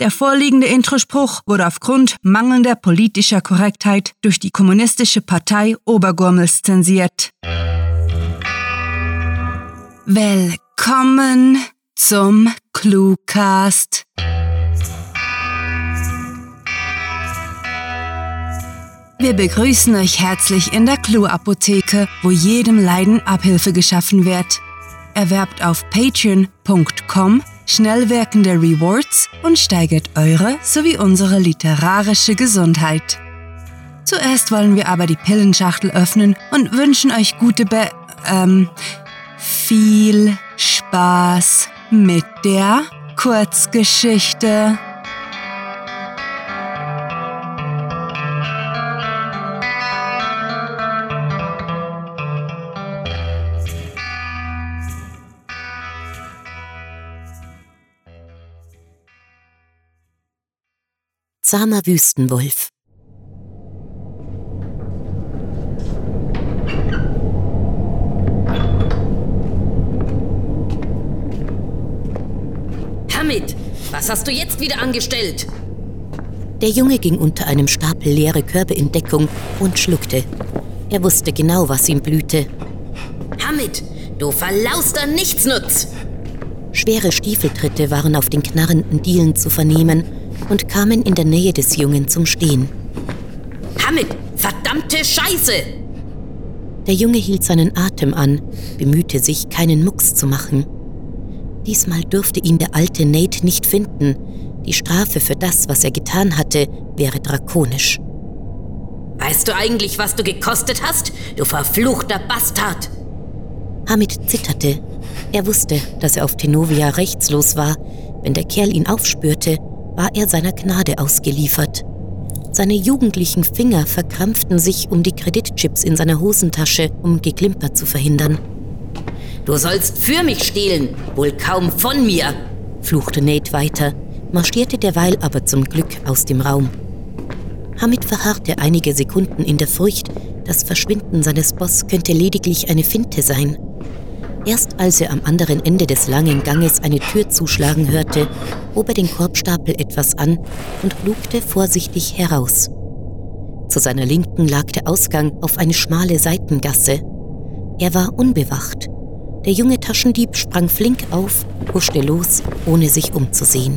Der vorliegende Introspruch wurde aufgrund mangelnder politischer Korrektheit durch die Kommunistische Partei Obergurmels zensiert. Willkommen zum Cluecast. Wir begrüßen euch herzlich in der Clue-Apotheke, wo jedem Leiden Abhilfe geschaffen wird. Erwerbt auf patreon.com schnell wirkende Rewards und steigert eure sowie unsere literarische Gesundheit. Zuerst wollen wir aber die Pillenschachtel öffnen und wünschen euch viel Spaß mit der Kurzgeschichte. Zahmer Wüstenwolf. Hamid, was hast du jetzt wieder angestellt? Der Junge ging unter einem Stapel leere Körbe in Deckung und schluckte. Er wusste genau, was ihm blühte. Hamid, du verlauster Nichtsnutz! Schwere Stiefeltritte waren auf den knarrenden Dielen zu vernehmen und kamen in der Nähe des Jungen zum Stehen. Hamid, verdammte Scheiße! Der Junge hielt seinen Atem an, bemühte sich, keinen Mucks zu machen. Diesmal durfte ihn der alte Nate nicht finden. Die Strafe für das, was er getan hatte, wäre drakonisch. Weißt du eigentlich, was du gekostet hast, du verfluchter Bastard? Hamid zitterte. Er wusste, dass er auf Tenovia rechtslos war. Wenn der Kerl ihn aufspürte, war er seiner Gnade ausgeliefert. Seine jugendlichen Finger verkrampften sich um die Kreditchips in seiner Hosentasche, um Geklimper zu verhindern. Du sollst für mich stehlen, wohl kaum von mir, fluchte Nate weiter, marschierte derweil aber zum Glück aus dem Raum. Hamid verharrte einige Sekunden in der Furcht, das Verschwinden seines Boss könnte lediglich eine Finte sein. Erst als er am anderen Ende des langen Ganges eine Tür zuschlagen hörte, hob er den Korbstapel etwas an und lugte vorsichtig heraus. Zu seiner Linken lag der Ausgang auf eine schmale Seitengasse. Er war unbewacht. Der junge Taschendieb sprang flink auf, huschte los, ohne sich umzusehen.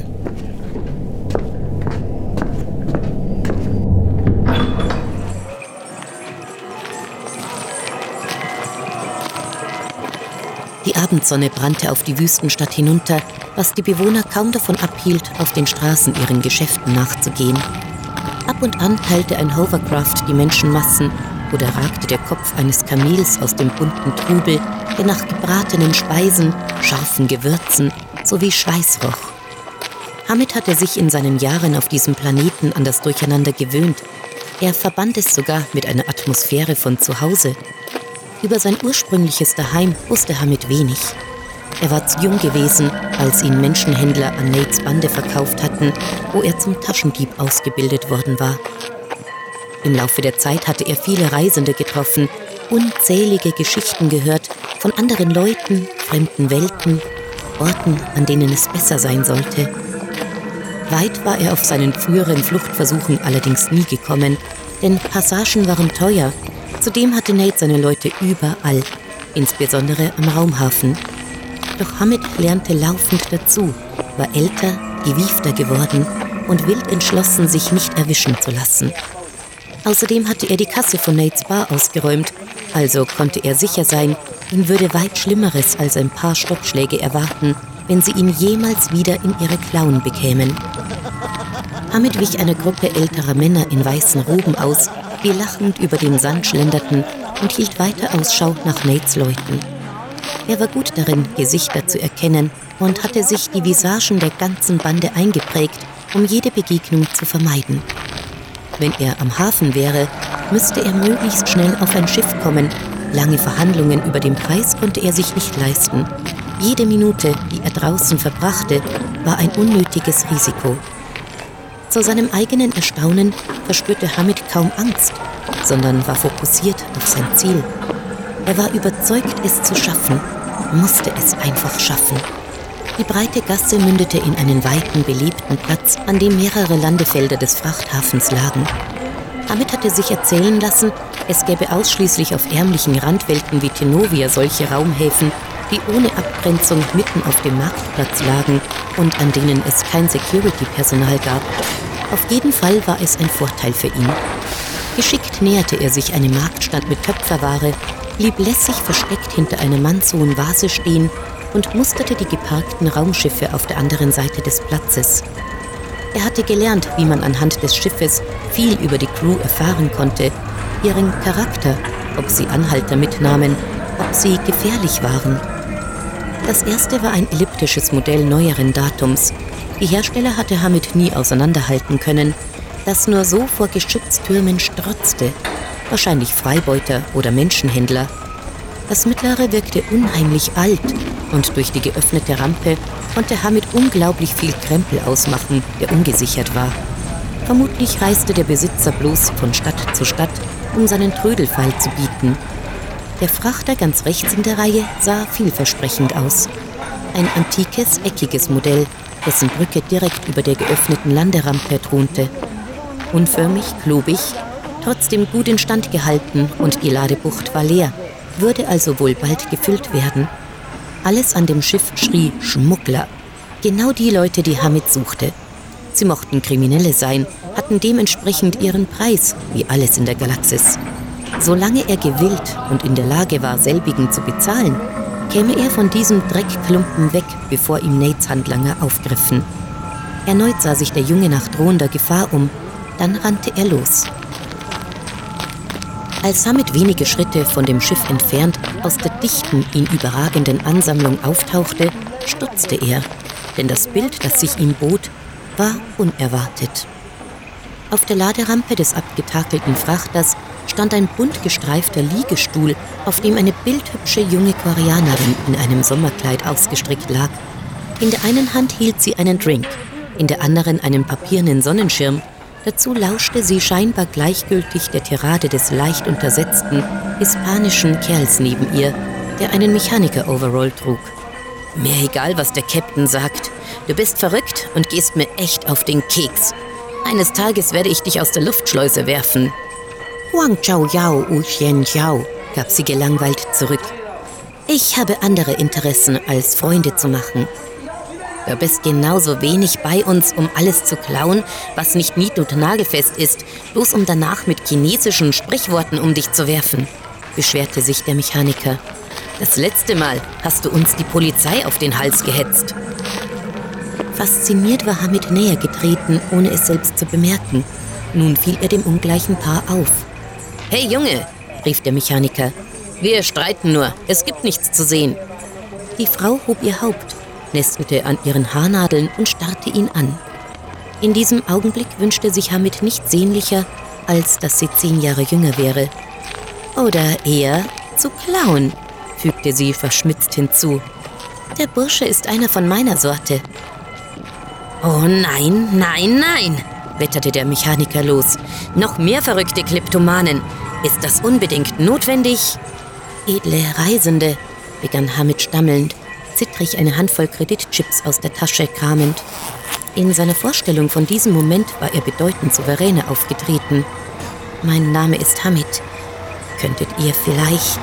Die Abendsonne brannte auf die Wüstenstadt hinunter, was die Bewohner kaum davon abhielt, auf den Straßen ihren Geschäften nachzugehen. Ab und an teilte ein Hovercraft die Menschenmassen oder ragte der Kopf eines Kamels aus dem bunten Trubel, der nach gebratenen Speisen, scharfen Gewürzen sowie Schweiß roch. Hamid hatte sich in seinen Jahren auf diesem Planeten an das Durcheinander gewöhnt. Er verband es sogar mit einer Atmosphäre von zu Hause. Über sein ursprüngliches Daheim wusste Hamid wenig. Er war zu jung gewesen, als ihn Menschenhändler an Nates Bande verkauft hatten, wo er zum Taschendieb ausgebildet worden war. Im Laufe der Zeit hatte er viele Reisende getroffen, unzählige Geschichten gehört von anderen Leuten, fremden Welten, Orten, an denen es besser sein sollte. Weit war er auf seinen früheren Fluchtversuchen allerdings nie gekommen, denn Passagen waren teuer. Zudem hatte Nate seine Leute überall, insbesondere am Raumhafen. Doch Hamid lernte laufend dazu, war älter, gewiefter geworden und wild entschlossen, sich nicht erwischen zu lassen. Außerdem hatte er die Kasse von Nates Bar ausgeräumt, also konnte er sicher sein, ihn würde weit Schlimmeres als ein paar Stockschläge erwarten, wenn sie ihn jemals wieder in ihre Klauen bekämen. Hamid wich einer Gruppe älterer Männer in weißen Roben aus, die lachend über den Sand schlenderten und hielt weiter Ausschau nach Nates Leuten. Er war gut darin, Gesichter zu erkennen und hatte sich die Visagen der ganzen Bande eingeprägt, um jede Begegnung zu vermeiden. Wenn er am Hafen wäre, müsste er möglichst schnell auf ein Schiff kommen. Lange Verhandlungen über den Preis konnte er sich nicht leisten. Jede Minute, die er draußen verbrachte, war ein unnötiges Risiko. Zu seinem eigenen Erstaunen verspürte Hamid kaum Angst, sondern war fokussiert auf sein Ziel. Er war überzeugt, es zu schaffen, musste es einfach schaffen. Die breite Gasse mündete in einen weiten, belebten Platz, an dem mehrere Landefelder des Frachthafens lagen. Hamid hatte sich erzählen lassen, es gäbe ausschließlich auf ärmlichen Randwelten wie Tenovia solche Raumhäfen, die ohne Abgrenzung mitten auf dem Marktplatz lagen und an denen es kein Security-Personal gab. Auf jeden Fall war es ein Vorteil für ihn. Geschickt näherte er sich einem Marktstand mit Töpferware, blieb lässig versteckt hinter einer mannshohen Vase stehen und musterte die geparkten Raumschiffe auf der anderen Seite des Platzes. Er hatte gelernt, wie man anhand des Schiffes viel über die Crew erfahren konnte, ihren Charakter, ob sie Anhalter mitnahmen, ob sie gefährlich waren. Das erste war ein elliptisches Modell neueren Datums. Die Hersteller hatte Hamid nie auseinanderhalten können, das nur so vor Geschütztürmen strotzte, wahrscheinlich Freibeuter oder Menschenhändler. Das mittlere wirkte unheimlich alt und durch die geöffnete Rampe konnte Hamid unglaublich viel Krempel ausmachen, der ungesichert war. Vermutlich reiste der Besitzer bloß von Stadt zu Stadt, um seinen Trödelfall zu bieten. Der Frachter ganz rechts in der Reihe sah vielversprechend aus. Ein antikes, eckiges Modell, dessen Brücke direkt über der geöffneten Landerampe thronte. Unförmig, klobig, trotzdem gut instand gehalten und die Ladebucht war leer, würde also wohl bald gefüllt werden. Alles an dem Schiff schrie Schmuggler. Genau die Leute, die Hamid suchte. Sie mochten Kriminelle sein, hatten dementsprechend ihren Preis, wie alles in der Galaxis. Solange er gewillt und in der Lage war, selbigen zu bezahlen, käme er von diesem Dreckklumpen weg, bevor ihm Nates Handlanger aufgriffen. Erneut sah sich der Junge nach drohender Gefahr um, dann rannte er los. Als Hamid wenige Schritte von dem Schiff entfernt aus der dichten, ihn überragenden Ansammlung auftauchte, stutzte er, denn das Bild, das sich ihm bot, war unerwartet. Auf der Laderampe des abgetakelten Frachters stand ein bunt gestreifter Liegestuhl, auf dem eine bildhübsche junge Koreanerin in einem Sommerkleid ausgestreckt lag. In der einen Hand hielt sie einen Drink, in der anderen einen papiernen Sonnenschirm. Dazu lauschte sie scheinbar gleichgültig der Tirade des leicht untersetzten, hispanischen Kerls neben ihr, der einen Mechaniker-Overall trug. Mir egal, was der Captain sagt. Du bist verrückt und gehst mir echt auf den Keks. Eines Tages werde ich dich aus der Luftschleuse werfen. Huang Chao Yao U Xian Xiao, gab sie gelangweilt zurück. Ich habe andere Interessen, als Freunde zu machen. Du bist genauso wenig bei uns, um alles zu klauen, was nicht nied- und nagelfest ist, bloß um danach mit chinesischen Sprichworten um dich zu werfen, beschwerte sich der Mechaniker. Das letzte Mal hast du uns die Polizei auf den Hals gehetzt. Fasziniert war Hamid näher getreten, ohne es selbst zu bemerken. Nun fiel er dem ungleichen Paar auf. »Hey Junge«, rief der Mechaniker, »wir streiten nur, es gibt nichts zu sehen.« Die Frau hob ihr Haupt, nestelte an ihren Haarnadeln und starrte ihn an. In diesem Augenblick wünschte sich Hamid nicht sehnlicher, als dass sie 10 Jahre jünger wäre. »Oder eher zu klauen«, fügte sie verschmitzt hinzu. »Der Bursche ist einer von meiner Sorte.« »Oh nein, nein, nein«, wetterte der Mechaniker los. »Noch mehr verrückte Kleptomanen. Ist das unbedingt notwendig?« »Edle Reisende«, begann Hamid stammelnd, zittrig eine Handvoll Kreditchips aus der Tasche kramend. In seiner Vorstellung von diesem Moment war er bedeutend souveräner aufgetreten. »Mein Name ist Hamid. Könntet ihr vielleicht...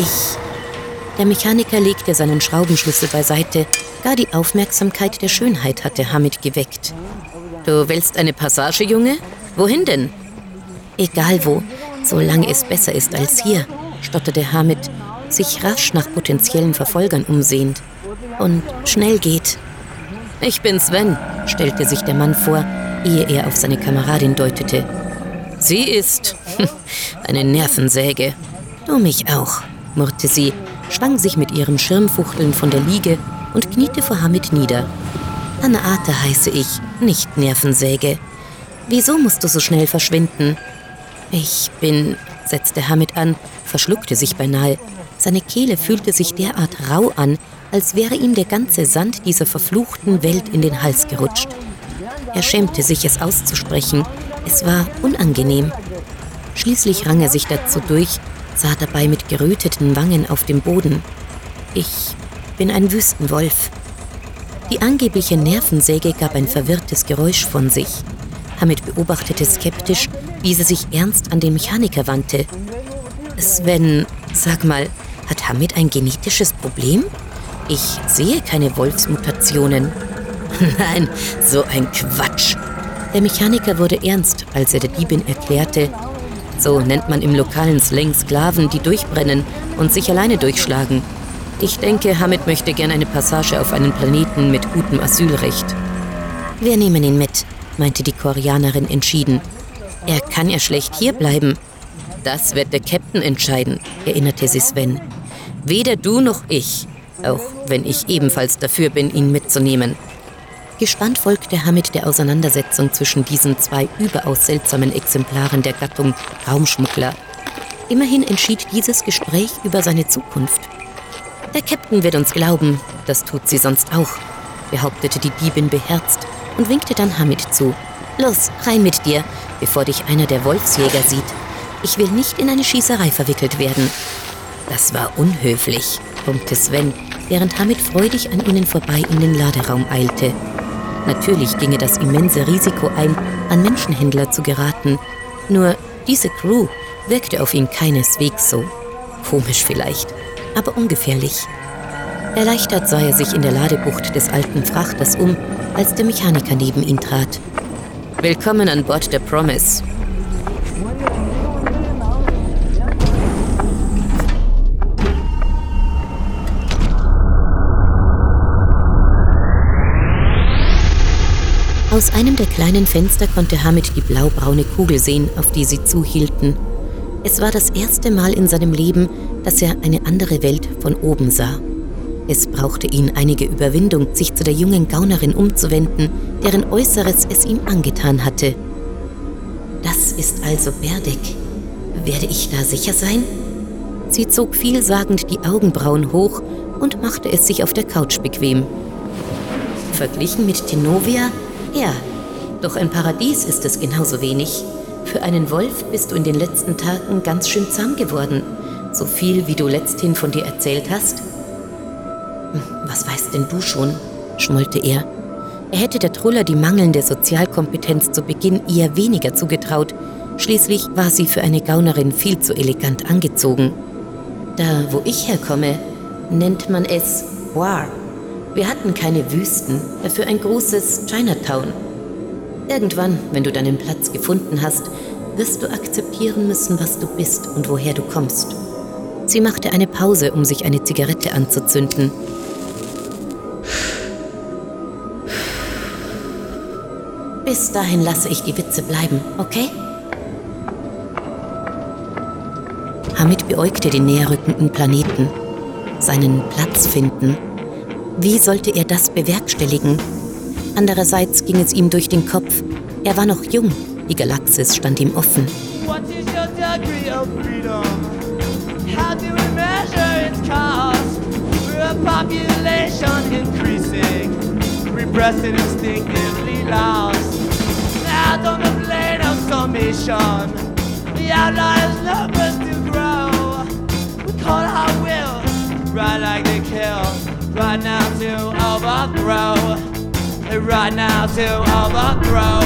Der Mechaniker legte seinen Schraubenschlüssel beiseite. Gar die Aufmerksamkeit der Schönheit hatte Hamid geweckt. »Du willst eine Passage, Junge? Wohin denn?« »Egal wo, solange es besser ist als hier«, stotterte Hamid, sich rasch nach potenziellen Verfolgern umsehend. »Und schnell geht.« »Ich bin Sven«, stellte sich der Mann vor, ehe er auf seine Kameradin deutete. »Sie ist eine Nervensäge.« »Du mich auch«, murrte sie, schwang sich mit ihrem Schirmfuchteln von der Liege und kniete vor Hamid nieder. »Anneate heiße ich, nicht Nervensäge. Wieso musst du so schnell verschwinden?« »Ich bin«, setzte Hamid an, verschluckte sich beinahe. Seine Kehle fühlte sich derart rau an, als wäre ihm der ganze Sand dieser verfluchten Welt in den Hals gerutscht. Er schämte sich, es auszusprechen. Es war unangenehm. Schließlich rang er sich dazu durch, sah dabei mit geröteten Wangen auf dem Boden. »Ich bin ein Wüstenwolf.« Die angebliche Nervensäge gab ein verwirrtes Geräusch von sich. Hamid beobachtete skeptisch, wie sie sich ernst an den Mechaniker wandte. Sven, sag mal, hat Hamid ein genetisches Problem? Ich sehe keine Wolfsmutationen. Nein, so ein Quatsch. Der Mechaniker wurde ernst, als er der Diebin erklärte, so nennt man im lokalen Slang Sklaven, die durchbrennen und sich alleine durchschlagen. Ich denke, Hamid möchte gern eine Passage auf einen Planeten mit gutem Asylrecht. Wir nehmen ihn mit, meinte die Koreanerin entschieden. Er kann ja schlecht hierbleiben. Das wird der Captain entscheiden, erinnerte sie Sven. Weder du noch ich, auch wenn ich ebenfalls dafür bin, ihn mitzunehmen. Gespannt folgte Hamid der Auseinandersetzung zwischen diesen zwei überaus seltsamen Exemplaren der Gattung Raumschmuggler. Immerhin entschied dieses Gespräch über seine Zukunft. Der Captain wird uns glauben, das tut sie sonst auch, behauptete die Diebin beherzt und winkte dann Hamid zu. Los, rein mit dir, bevor dich einer der Wolfsjäger sieht. Ich will nicht in eine Schießerei verwickelt werden. Das war unhöflich, brummte Sven, während Hamid freudig an ihnen vorbei in den Laderaum eilte. Natürlich ginge das immense Risiko ein, an Menschenhändler zu geraten. Nur diese Crew wirkte auf ihn keineswegs so. Komisch vielleicht, aber ungefährlich. Erleichtert sah er sich in der Ladebucht des alten Frachters um, als der Mechaniker neben ihn trat. Willkommen an Bord der Promise. Aus einem der kleinen Fenster konnte Hamid die blaubraune Kugel sehen, auf die sie zuhielten. Es war das erste Mal in seinem Leben, dass er eine andere Welt von oben sah. Es brauchte ihn einige Überwindung, sich zu der jungen Gaunerin umzuwenden, deren Äußeres es ihm angetan hatte. Das ist also Berdek. Werde ich da sicher sein? Sie zog vielsagend die Augenbrauen hoch und machte es sich auf der Couch bequem. Verglichen mit Tenovia? Ja, doch ein Paradies ist es genauso wenig. Für einen Wolf bist du in den letzten Tagen ganz schön zahm geworden. So viel, wie du letzthin von dir erzählt hast. Was weißt denn du schon? Schmollte er. Er hätte der Truller die mangelnde Sozialkompetenz zu Beginn eher weniger zugetraut. Schließlich war sie für eine Gaunerin viel zu elegant angezogen. Da, wo ich herkomme, nennt man es War. Wir hatten keine Wüsten, dafür ein großes Chinatown. Irgendwann, wenn du deinen Platz gefunden hast, wirst du akzeptieren müssen, was du bist und woher du kommst. Sie machte eine Pause, um sich eine Zigarette anzuzünden. Bis dahin lasse ich die Witze bleiben, okay? Hamid beäugte den näherrückenden Planeten. Seinen Platz finden. Wie sollte er das bewerkstelligen? Andererseits ging es ihm durch den Kopf. Er war noch jung, die Galaxis stand ihm offen. What is your degree of freedom? How do we measure its cost? We're a population increasing, repressed and instinctively lost. Out on the plane of summation, the outliers' numbers do grow. We call our will, right like they kill. Right now to overthrow. Right now to overthrow.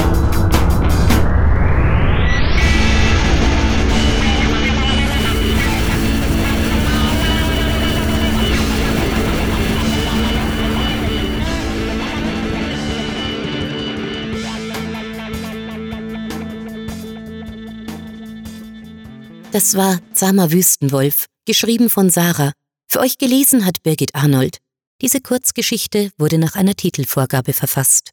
Das war Zahmer Wüstenwolf, geschrieben von Sarah. Für euch gelesen hat Birgit Arnold. Diese Kurzgeschichte wurde nach einer Titelvorgabe verfasst.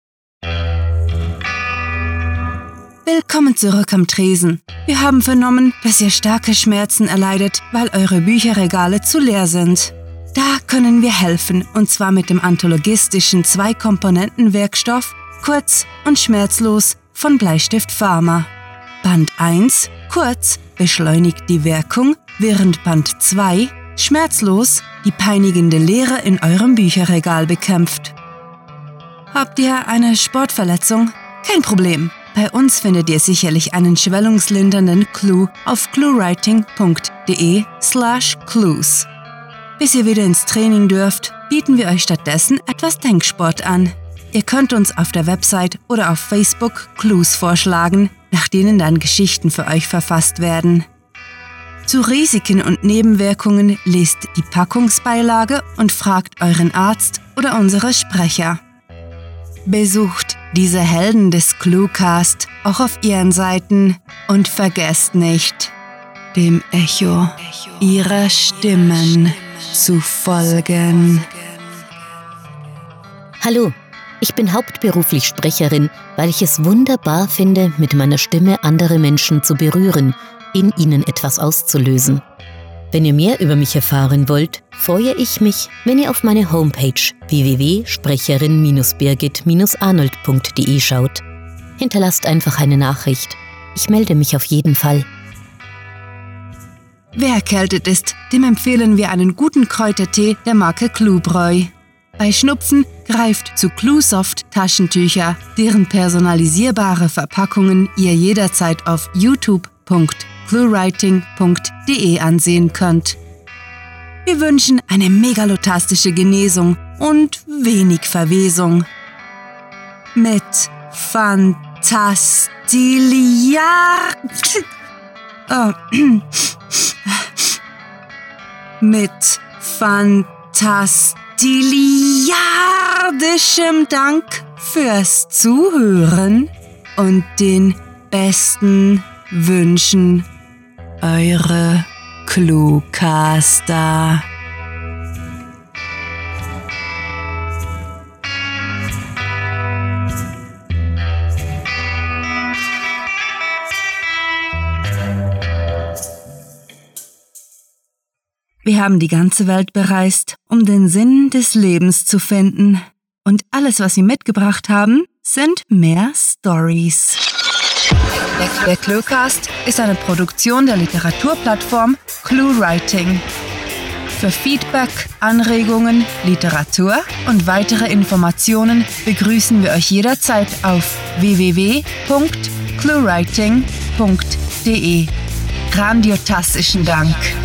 Willkommen zurück am Tresen. Wir haben vernommen, dass ihr starke Schmerzen erleidet, weil eure Bücherregale zu leer sind. Da können wir helfen, und zwar mit dem anthologistischen 2-Komponenten-Werkstoff Kurz und Schmerzlos von Bleistift Pharma. Band 1, Kurz, beschleunigt die Wirkung, während Band 2, Schmerzlos, die peinigende Leere in eurem Bücherregal bekämpft. Habt ihr eine Sportverletzung? Kein Problem. Bei uns findet ihr sicherlich einen schwellungslindernden Clou auf cluewriting.de/clues. Bis ihr wieder ins Training dürft, bieten wir euch stattdessen etwas Denksport an. Ihr könnt uns auf der Website oder auf Facebook Clues vorschlagen, nach denen dann Geschichten für euch verfasst werden. Zu Risiken und Nebenwirkungen lest die Packungsbeilage und fragt euren Arzt oder unsere Sprecher. Besucht diese Helden des Cluecast auch auf ihren Seiten und vergesst nicht, dem Echo ihrer Stimmen zu folgen. Hallo, ich bin hauptberuflich Sprecherin, weil ich es wunderbar finde, mit meiner Stimme andere Menschen zu berühren, in ihnen etwas auszulösen. Wenn ihr mehr über mich erfahren wollt, freue ich mich, wenn ihr auf meine Homepage www.sprecherin-birgit-arnold.de schaut. Hinterlasst einfach eine Nachricht. Ich melde mich auf jeden Fall. Wer erkältet ist, dem empfehlen wir einen guten Kräutertee der Marke Cluebräu. Bei Schnupfen greift zu Cluesoft Taschentücher, deren personalisierbare Verpackungen ihr jederzeit auf youtube.cluewriting.de ansehen könnt. Wir wünschen eine megalotastische Genesung und wenig Verwesung. Mit fantastiliardischem Dank fürs Zuhören und den besten Wünschen, eure Cluecaster. Wir haben die ganze Welt bereist, um den Sinn des Lebens zu finden. Und alles, was wir mitgebracht haben, sind mehr Stories. Der Cluecast ist eine Produktion der Literaturplattform ClueWriting. Für Feedback, Anregungen, Literatur und weitere Informationen begrüßen wir euch jederzeit auf www.cluewriting.de. Grandiotastischen Dank.